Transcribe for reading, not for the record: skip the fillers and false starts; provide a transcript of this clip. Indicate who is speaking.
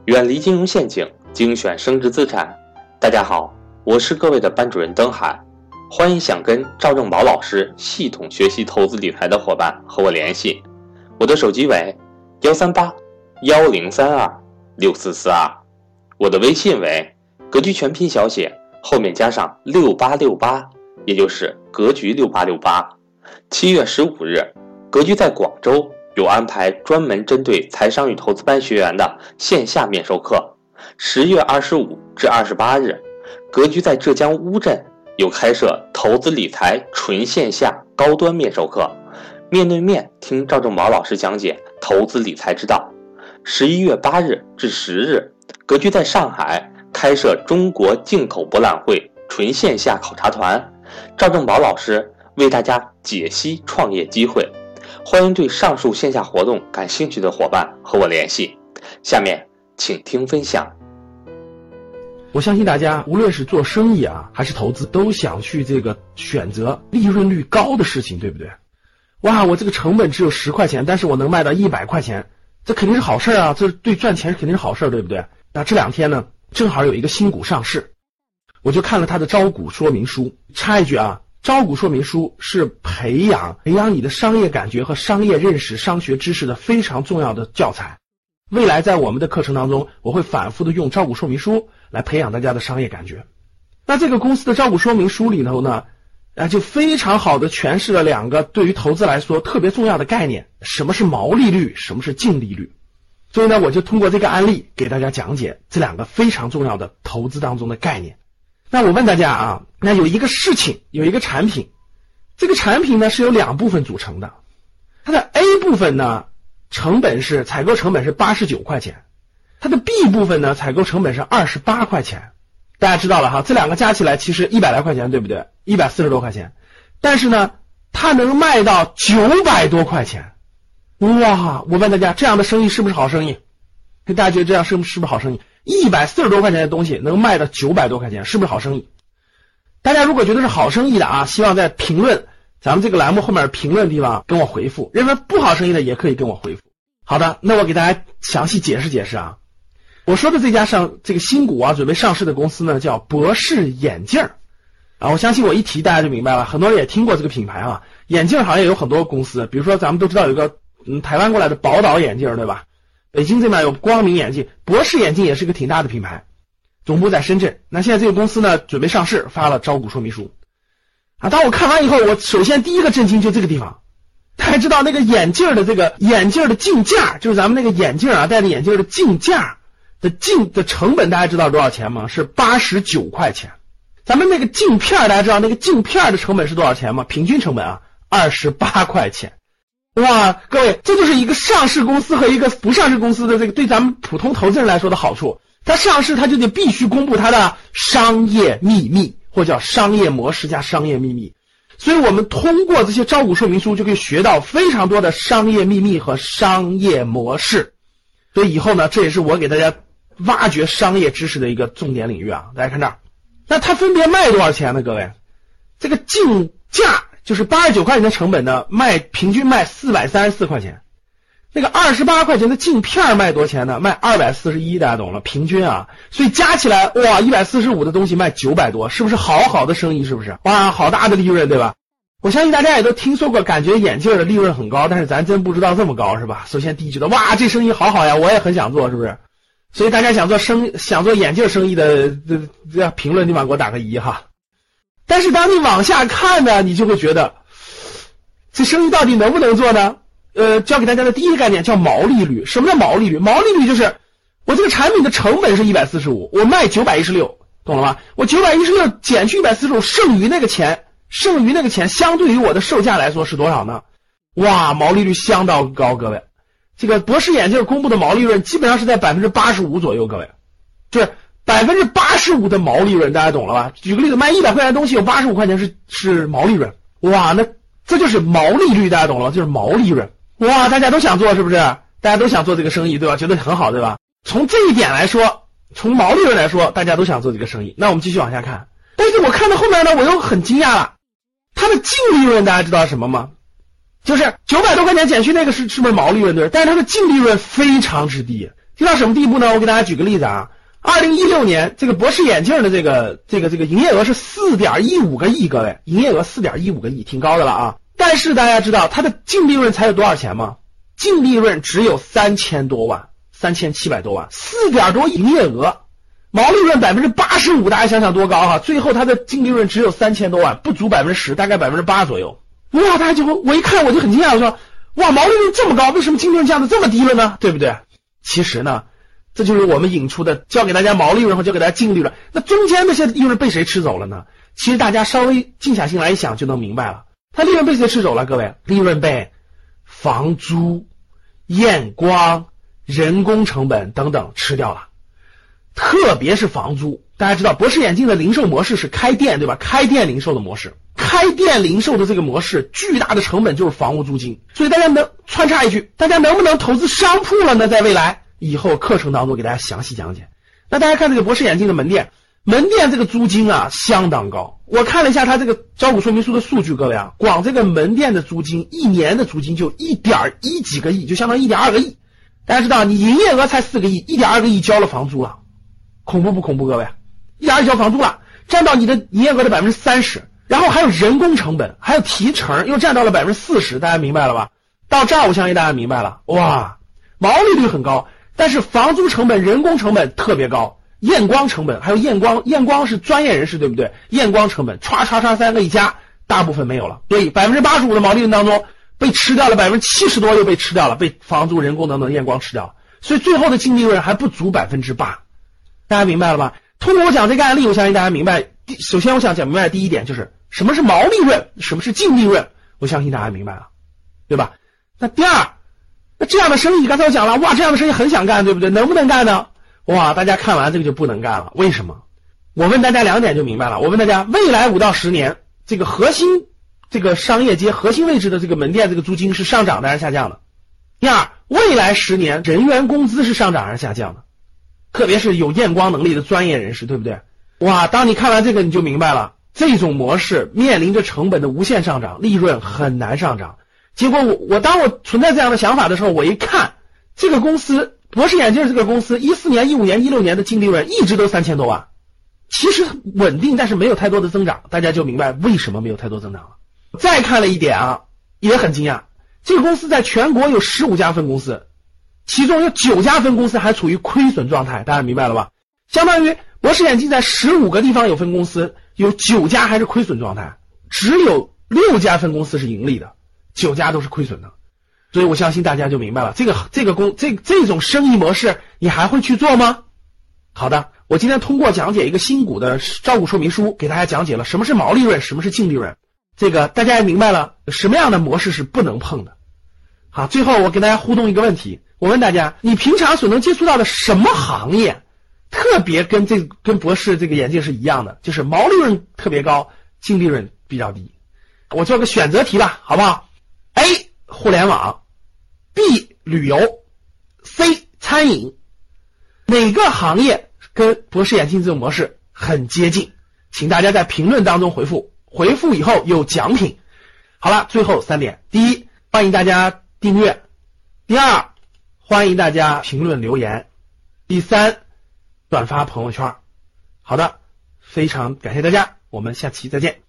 Speaker 1: 远离金融陷阱，精选升值资产。大家好，我是各位的班主任登海，欢迎想跟赵正宝老师系统学习投资理财的伙伴和我联系，我的手机为13810326442，我的微信为格局全拼小写后面加上6868，也就是格局6868。7月15日，格局在广州有安排专门针对财商与投资班学员的线下面授课。10月25至28日，格局在浙江乌镇有开设投资理财纯线下高端面授课，面对面听赵正宝老师讲解投资理财之道。11月8日至10日，格局在上海开设中国进口博览会纯线下考察团，赵正宝老师为大家解析创业机会。欢迎对上述线下活动感兴趣的伙伴和我联系。下面请听分享。
Speaker 2: 我相信大家无论是做生意还是投资，都想去选择利润率高的事情，对不对？哇，我这个成本只有10块钱，但是我能卖到100块钱，这肯定是好事啊，这对赚钱肯定是好事，对不对？那这2天呢，正好有一个新股上市，我就看了它的招股说明书。插一句招股说明书是培养你的商业感觉和商业认识、商学知识的非常重要的教材。未来在我们的课程当中，我会反复的用招股说明书来培养大家的商业感觉。那这个公司的招股说明书里头呢，就非常好的诠释了2个对于投资来说特别重要的概念，什么是毛利率，什么是净利率。所以呢，我就通过这个案例给大家讲解这2个非常重要的投资当中的概念。那我问大家那有一个事情，有一个产品，这个产品呢是由2部分组成的。它的 A 部分呢，采购成本是89块钱，它的 B 部分呢，采购成本是28块钱。大家知道了这2个加起来其实100来块钱，对不对？140多块钱。但是呢，它能卖到900多块钱。哇，我问大家，这样的生意是不是好生意？大家觉得这样是不是好生意？140多块钱的东西能卖到900多块钱，是不是好生意？大家如果觉得是好生意的希望在评论咱们这个栏目后面评论地方跟我回复，认为不好生意的也可以跟我回复。好的，那我给大家详细解释解释我说的这家这个新股准备上市的公司呢，叫博士眼镜我相信我一提大家就明白了，很多人也听过这个品牌眼镜行业有很多公司，比如说咱们都知道有个台湾过来的宝岛眼镜，对吧？北京这边有光明眼镜，博士眼镜也是一个挺大的品牌，总部在深圳。那现在这个公司呢准备上市，发了招股说明书当我看完以后，我首先第一个震惊就这个地方。大家知道那个眼镜的眼镜的镜架，就是咱们那个眼镜戴着眼镜的镜架的成本，大家知道多少钱吗？是89块钱。咱们那个镜片，大家知道那个镜片的成本是多少钱吗？平均成本28块钱。哇，各位，这就是一个上市公司和一个不上市公司的对咱们普通投资人来说的好处。它上市，它就得必须公布它的商业秘密，或叫商业模式加商业秘密。所以我们通过这些招股说明书就可以学到非常多的商业秘密和商业模式。所以以后呢，这也是我给大家挖掘商业知识的一个重点领域大家看这儿，那它分别卖多少钱呢？各位，这个镜架就是89块钱的成本呢，平均卖434块钱。那个28块钱的镜片卖多少钱呢？卖241，大家懂了，平均所以加起来哇，145的东西卖900多，是不是好的生意？是不是？哇，好大的利润，对吧？我相信大家也都听说过，感觉眼镜的利润很高，但是咱真不知道这么高，是吧？首先第一觉得哇，这生意好呀，我也很想做，是不是？所以大家想做眼镜生意的，这评论地方给我打个1但是当你往下看呢，你就会觉得这生意到底能不能做呢？教给大家的第一个概念叫毛利率。什么叫毛利率？毛利率就是我这个产品的成本是145，我卖916，懂了吗？我916减去145，剩余那个钱相对于我的售价来说是多少呢？哇，毛利率相当高，各位。这个博士眼镜公布的毛利润基本上是在 85% 左右，各位。就是 85% 的毛利润，大家懂了吧？举个例子，卖100块钱的东西有85块钱是毛利润。哇，那这就是毛利率，大家懂了，就是毛利润。哇，大家都想做，是不是？大家都想做这个生意，对吧？觉得很好，对吧？从这一点来说，从毛利润来说，大家都想做这个生意。那我们继续往下看。但是我看到后面呢，我又很惊讶了。它的净利润大家知道什么吗？就是900多块钱减去那个是不是毛利润，对？但是它的净利润非常之低。 低到什么地步呢？我给大家举个例子啊，2016年这个博士眼镜的这个营业额是 4.15 个亿，各位，营业额 4.15 个亿，挺高的了啊。但是大家知道它的净利润才有多少钱吗？净利润只有3000多万，3700多万，4点多营业额，毛利润 85%， 大家想想多高哈，最后它的净利润只有3000多万，不足 10%， 大概 8% 左右。哇，大家我一看我就很惊讶，我说哇，毛利润这么高，为什么净利润降得这么低了呢？对不对？其实呢，这就是我们引出的，教给大家毛利润和教给大家净利润，那中间那些利润被谁吃走了呢？其实大家稍微静下心来一想就能明白了，它利润被谁吃走了？各位，利润被房租、验光、人工成本等等吃掉了。特别是房租，大家知道博士眼镜的零售模式是开店，对吧？开店零售的模式，开店零售的这个模式巨大的成本就是房屋租金，所以大家能穿插一句，大家能不能投资商铺了呢？在未来以后课程当中给大家详细讲解。那大家看这个博士眼镜的门店这个租金啊相当高，我看了一下它这个招股说明书的数据，各位啊，光这个门店的租金一年的租金就1.1几个亿，就相当于1.2个亿。大家知道你营业额才4个亿，1.2个亿交了房租了，恐怖不恐怖？各位，1.2亿交房租了，占到你的营业额的 30%， 然后还有人工成本，还有提成又占到了 40%， 大家明白了吧？到这儿我相信大家明白了，哇，毛利率很高，但是房租成本、人工成本特别高，验光成本还有验光是专业人士，对不对？验光成本3个一加，大部分没有了，所以 85% 的毛利润当中被吃掉了，70%多又被吃掉了，被房租、人工等等验光吃掉了，所以最后的净利润还不足 8%， 大家明白了吧？通过我讲这个案例，我相信大家明白，首先我想讲明白的第一点就是什么是毛利润，什么是净利润，我相信大家明白了，对吧？那第二，那这样的生意刚才我讲了，哇，这样的生意很想干，对不对？能不能干呢？哇，大家看完这个就不能干了，为什么？我问大家2点就明白了。我问大家，未来5到10年这个核心这个商业街核心位置的这个门店这个租金是上涨的还是下降的？第二，未来10年人员工资是上涨还是下降的？特别是有验光能力的专业人士，对不对？哇，当你看完这个你就明白了，这种模式面临着成本的无限上涨，利润很难上涨。结果当我存在这样的想法的时候，我一看这个公司博士眼镜这个公司14年、15年、16年的净利润一直都3000多万，其实稳定，但是没有太多的增长，大家就明白为什么没有太多增长了。再看了一点啊，也很惊讶，这个公司在全国有15家分公司，其中有9家分公司还处于亏损状态，大家明白了吧？相当于博士眼镜在15个地方有分公司，有9家还是亏损状态，只有6家分公司是盈利的，9家都是亏损的。所以我相信大家就明白了，这种生意模式你还会去做吗？好的，我今天通过讲解一个新股的招股说明书，给大家讲解了什么是毛利润，什么是净利润，这个大家也明白了什么样的模式是不能碰的。好，最后我跟大家互动一个问题，我问大家，你平常所能接触到的什么行业特别跟博士这个眼镜是一样的，就是毛利润特别高，净利润比较低？我做个选择题吧，好不好？ A 互联网， B 旅游， C 餐饮，哪个行业跟博士眼镜这种模式很接近？请大家在评论当中回复以后有奖品。好了，最后3点，第一，欢迎大家订阅；第二，欢迎大家评论留言；第三，转发朋友圈。好的，非常感谢大家，我们下期再见。